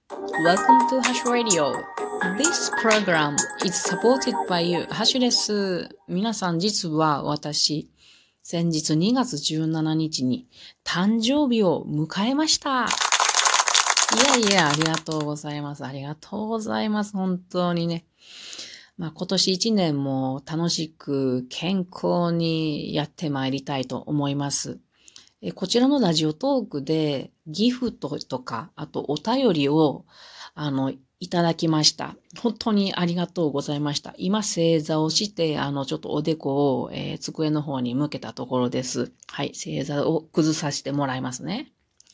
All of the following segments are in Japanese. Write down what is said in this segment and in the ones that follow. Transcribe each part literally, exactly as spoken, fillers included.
Welcome to Hash Radio. This program is supported by you. ハッシュです。皆さん、実は私、先日にがつじゅうしちにちに誕生日を迎えました。いやいや、ありがとうございます。ありがとうございます。本当にね。まあ、今年一年も楽しく健康にやってまいりたいと思います。えこちらのラジオトークでギフトとか、あとお便りを、あの、いただきました。本当にありがとうございました。今、正座をして、あの、ちょっとおでこを、えー、机の方に向けたところです。はい、正座を崩させてもらいますね。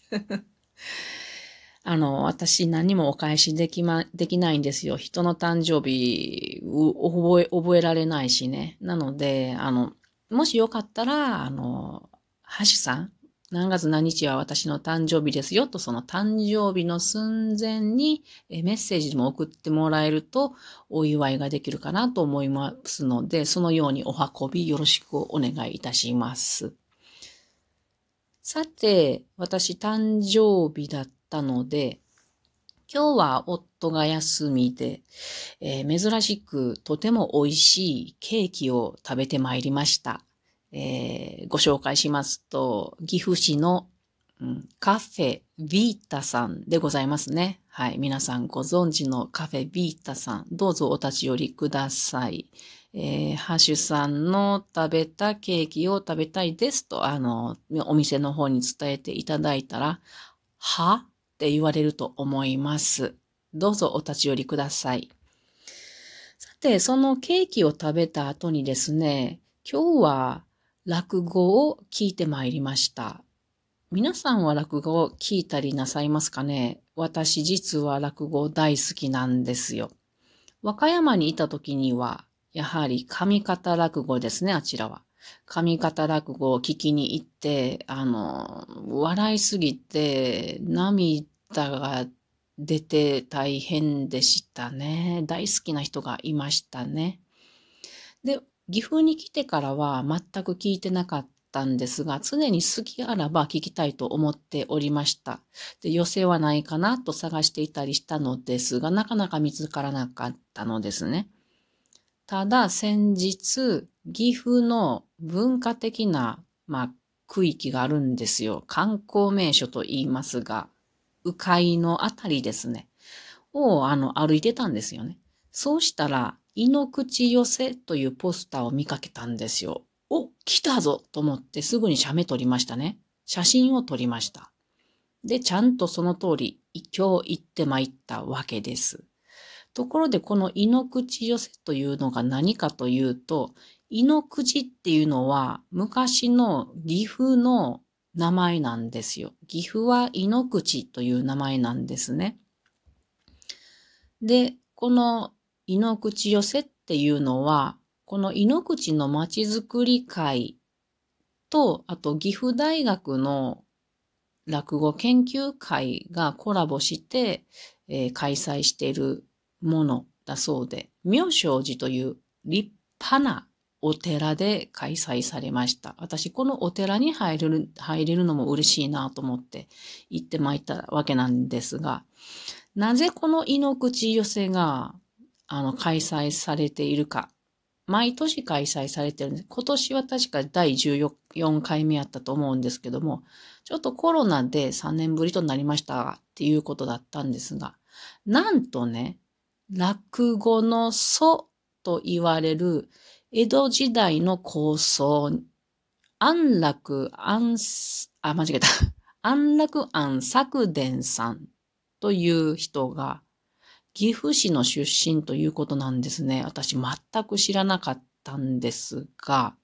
あの、私何もお返しできま、できないんですよ。人の誕生日を覚え、覚えられないしね。なので、あの、もしよかったら、あの、ハッシュさん、何月何日は私の誕生日ですよと、その誕生日の寸前にメッセージでも送ってもらえるとお祝いができるかなと思いますので、そのようにお運びよろしくお願いいたします。さて、私誕生日だったので、今日は夫が休みで、えー、珍しくとても美味しいケーキを食べてまいりました。えー、ご紹介しますと、岐阜市の、うん、カフェビータさんでございますね。はい。皆さんご存知のカフェビータさん、どうぞお立ち寄りください。えー、ハッシュさんの食べたケーキを食べたいですと、あの、お店の方に伝えていただいたら、はって言われると思います。どうぞお立ち寄りください。さて、そのケーキを食べた後にですね、今日は落語を聞いてまいりました。皆さんは落語を聞いたりなさいますかね？私実は落語大好きなんですよ。和歌山にいた時には、やはり上方落語ですね、あちらは。上方落語を聞きに行って、あの、笑いすぎて涙が出て大変でしたね。大好きな人がいましたね。で、岐阜に来てからは全く聞いてなかったんですが、常に好きあらば聞きたいと思っておりました。で、寄せはないかなと探していたりしたのですが、なかなか見つからなかったのですね。ただ先日、岐阜の文化的な、まあ、区域があるんですよ。観光名所と言いますが、鵜飼のあたりですね。を、あの、歩いてたんですよね。そうしたら、井の口寄せというポスターを見かけたんですよ。お、来たぞと思ってすぐに写メ撮りましたね。写真を撮りました。で、ちゃんとその通り、今日行ってまいったわけです。ところで、この井の口寄せというのが何かというと、井の口っていうのは昔の岐阜の名前なんですよ。岐阜は井の口という名前なんですね。で、この井の口寄せっていうのは、この井の口のまちづくり会と、あと岐阜大学の落語研究会がコラボして、えー、開催しているものだそうで、妙正寺という立派なお寺で開催されました。私、このお寺に入れる、入れるのも嬉しいなと思って行ってまいったわけなんですが、なぜこの井の口寄せが、あの、開催されているか。毎年開催されてるんです。今年は確かだいじゅうよんかいめやったと思うんですけども、ちょっとコロナでさんねんぶりとなりましたっていうことだったんですが、なんとね、落語の祖と言われる江戸時代の構想、安楽安、あ、間違えた。安楽安作伝さんという人が、岐阜市の出身ということなんですね。私全く知らなかったんですが、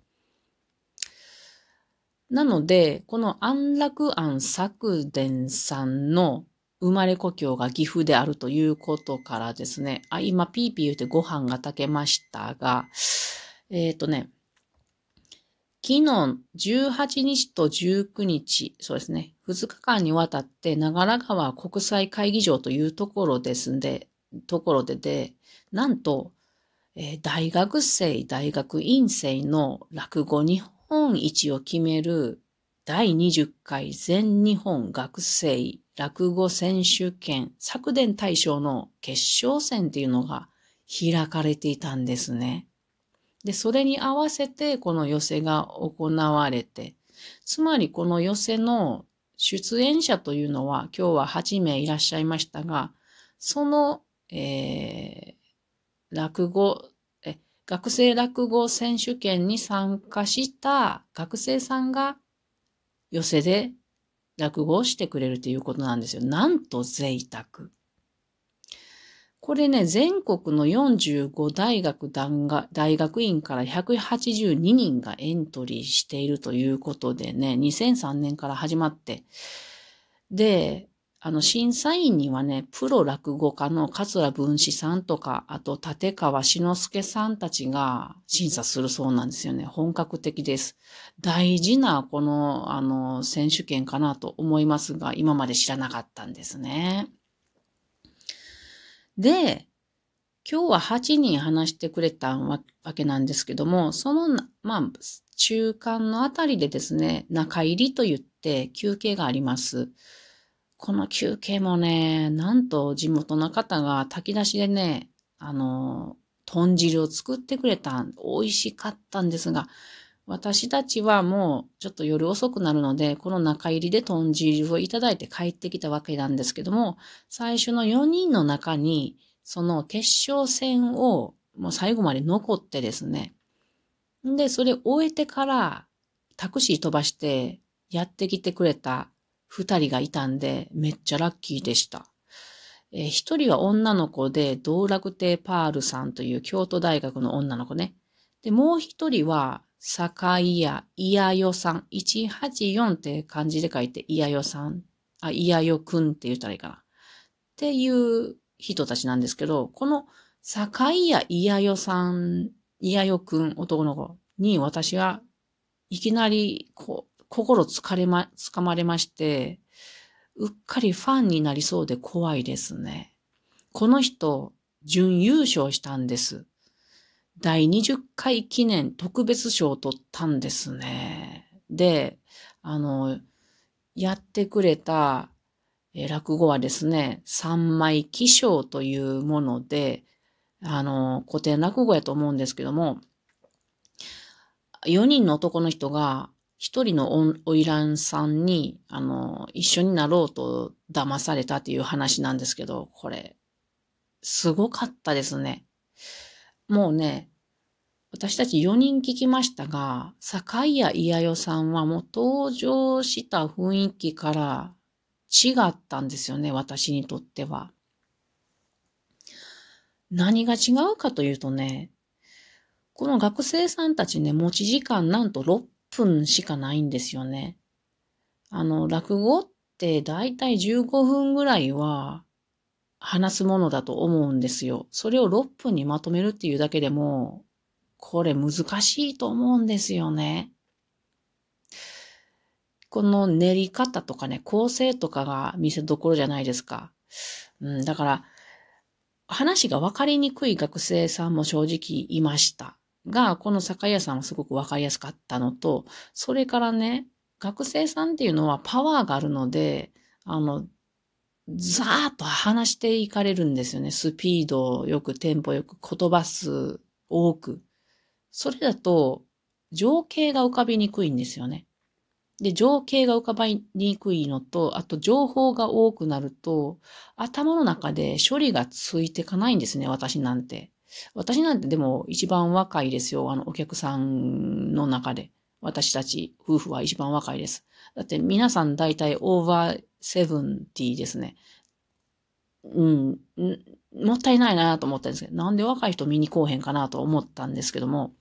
なので、この安楽庵作伝さんの生まれ故郷が岐阜であるということからですね、あ、今ピーピー言ってご飯が炊けましたが、えっとね、昨日じゅうはちにちとじゅうくにち、そうですね、ふつかかんにわたって長良川国際会議場というところですんで、ところでで、なんと、えー、大学生、大学院生の落語日本一を決めるだいにじゅっかい全日本学生落語選手権昨年大賞の決勝戦っていうのが開かれていたんですね。で、それに合わせてこの寄席が行われて、つまりこの寄席の出演者というのは今日ははちめいいらっしゃいましたが、その、えー、落語、え、学生落語選手権に参加した学生さんが寄席で落語をしてくれるということなんですよ。なんと贅沢。これね、全国のよんじゅうご大学大学院からひゃくはちじゅうににんがエントリーしているということでね、にせんさんねんから始まって、で、あの、審査員にはね、プロ落語家の桂文枝さんとか、あと立川志の輔さんたちが審査するそうなんですよね。本格的です。大事なこの、あの、選手権かなと思いますが、今まで知らなかったんですね。で、今日ははちにん話してくれたわけなんですけども、その、まあ、中間のあたりでですね、中入りと言って休憩があります。この休憩もね、なんと地元の方が炊き出しでね、あの、豚汁を作ってくれた。美味しかったんですが、私たちはもうちょっと夜遅くなるので、この中入りで豚汁をいただいて帰ってきたわけなんですけども、最初のよにんの中に、その決勝戦をもう最後まで残ってですね。で、それを終えてからタクシー飛ばしてやってきてくれた二人がいたんで、めっちゃラッキーでした。えー、一人は女の子で、道楽亭パールさんという京都大学の女の子ね。で、もう一人は、坂井屋いやよさん。いちはちよんって漢字で書いて、いやよさん。あ、いやよくんって言ったらいいかな。っていう人たちなんですけど、この坂井屋いやよさん、いやよくん、男の子に私はいきなり、こう、心つかれま、つかまれまして、うっかりファンになりそうで怖いですね。この人、準優勝したんです。だいにじゅっかい記念特別賞を取ったんですね。で、あの、やってくれたえ落語はですね、三枚起請というもので、あの、古典落語やと思うんですけども、よにんの男の人が一人の花魁さんに、あの、一緒になろうと騙されたっていう話なんですけど、これ、すごかったですね。もうね、私たちよにん聞きましたが、坂井谷いやよさんはもう登場した雰囲気から違ったんですよね、私にとっては。何が違うかというとね、この学生さんたちね、持ち時間なんとろっぷんしかないんですよね。あの、落語ってだいたいじゅうごふんぐらいは話すものだと思うんですよ。それをろっぷんにまとめるっていうだけでも、これ難しいと思うんですよね。この練り方とかね、構成とかが見せ所じゃないですか。うん、だから、話が分かりにくい学生さんも正直いました。が、この酒屋さんはすごく分かりやすかったのと、それからね、学生さんっていうのはパワーがあるので、あの、ザーッと話していかれるんですよね。スピードよく、テンポよく、言葉数多く。それだと、情景が浮かびにくいんですよね。で、情景が浮かびにくいのと、あと情報が多くなると、頭の中で処理がついていかないんですね、私なんて。私なんてでも一番若いですよ、あの、お客さんの中で。私たち夫婦は一番若いです。だって皆さん大体オーバーセブンティーですね。うん、もったいないなと思ったんですけど、なんで若い人見に来おへんかなと思ったんですけども。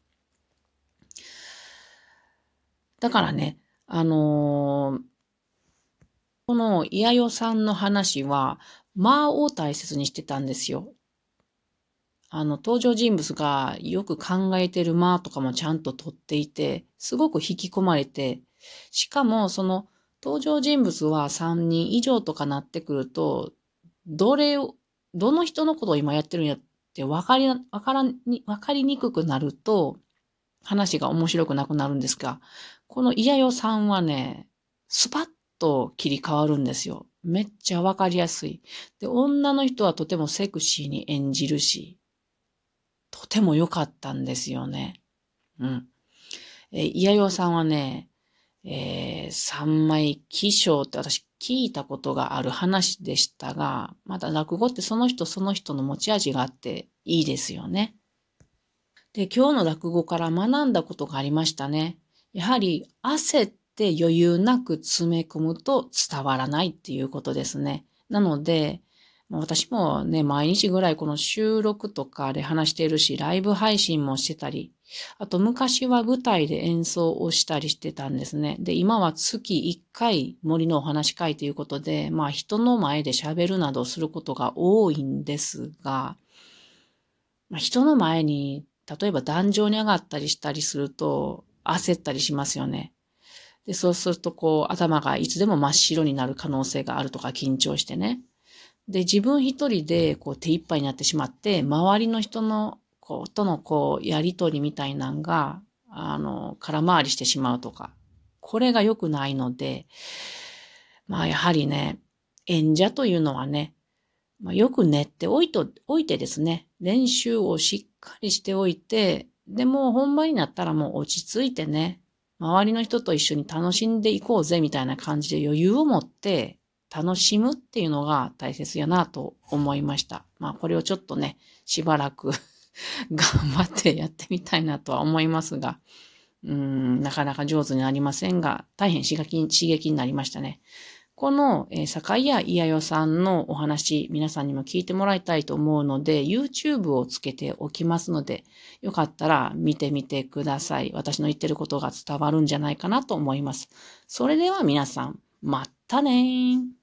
だからね、あのーこのイヤヨさんの話は、間を大切にしてたんですよ。あの、登場人物がよく考えてる間とかもちゃんと取っていて、すごく引き込まれて、しかもその登場人物はさんにん以上とかなってくると、どれを、どの人のことを今やってるんやって分かり、分からに、分かりにくくなると、話が面白くなくなるんですが、このイヤヨさんはね、スパッと切り替わるんですよ。 めっちゃわかりやすい。で、女の人はとてもセクシーに演じるし、とても良かったんですよね。うん。えー、いやよさんはね、えー、三枚起承って私聞いたことがある話でしたが、また落語ってその人その人の持ち味があっていいですよね。で、今日の落語から学んだことがありましたね。やはり焦って余裕なく詰め込むと伝わらないっていうことですね。なので、私もね、毎日ぐらいこの収録とかで話しているし、ライブ配信もしてたり、あと昔は舞台で演奏をしたりしてたんですね。で、今は月いっかい森のお話し会ということで、まあ人の前で喋るなどすることが多いんですが、まあ、人の前に例えば壇上に上がったりしたりすると焦ったりしますよね。で、そうするとこう頭がいつでも真っ白になる可能性があるとか緊張してね。で、自分一人でこう手一杯になってしまって、周りの人のこう、とのこう、やりとりみたいなんが、あの、空回りしてしまうとか。これが良くないので、まあやはりね、演者というのはね、まあ、よく練っておいと、おいてですね、練習をしっかりしておいて、でも本番になったらもう落ち着いてね、周りの人と一緒に楽しんでいこうぜみたいな感じで余裕を持って楽しむっていうのが大切やなと思いました。まあこれをちょっとね、しばらく頑張ってやってみたいなとは思いますが、うーん、なかなか上手になりませんが、大変刺激刺激になりましたね。この、えー、坂井谷いやよさんのお話、皆さんにも聞いてもらいたいと思うので、YouTube をつけておきますので、よかったら見てみてください。私の言ってることが伝わるんじゃないかなと思います。それでは皆さん、またねー。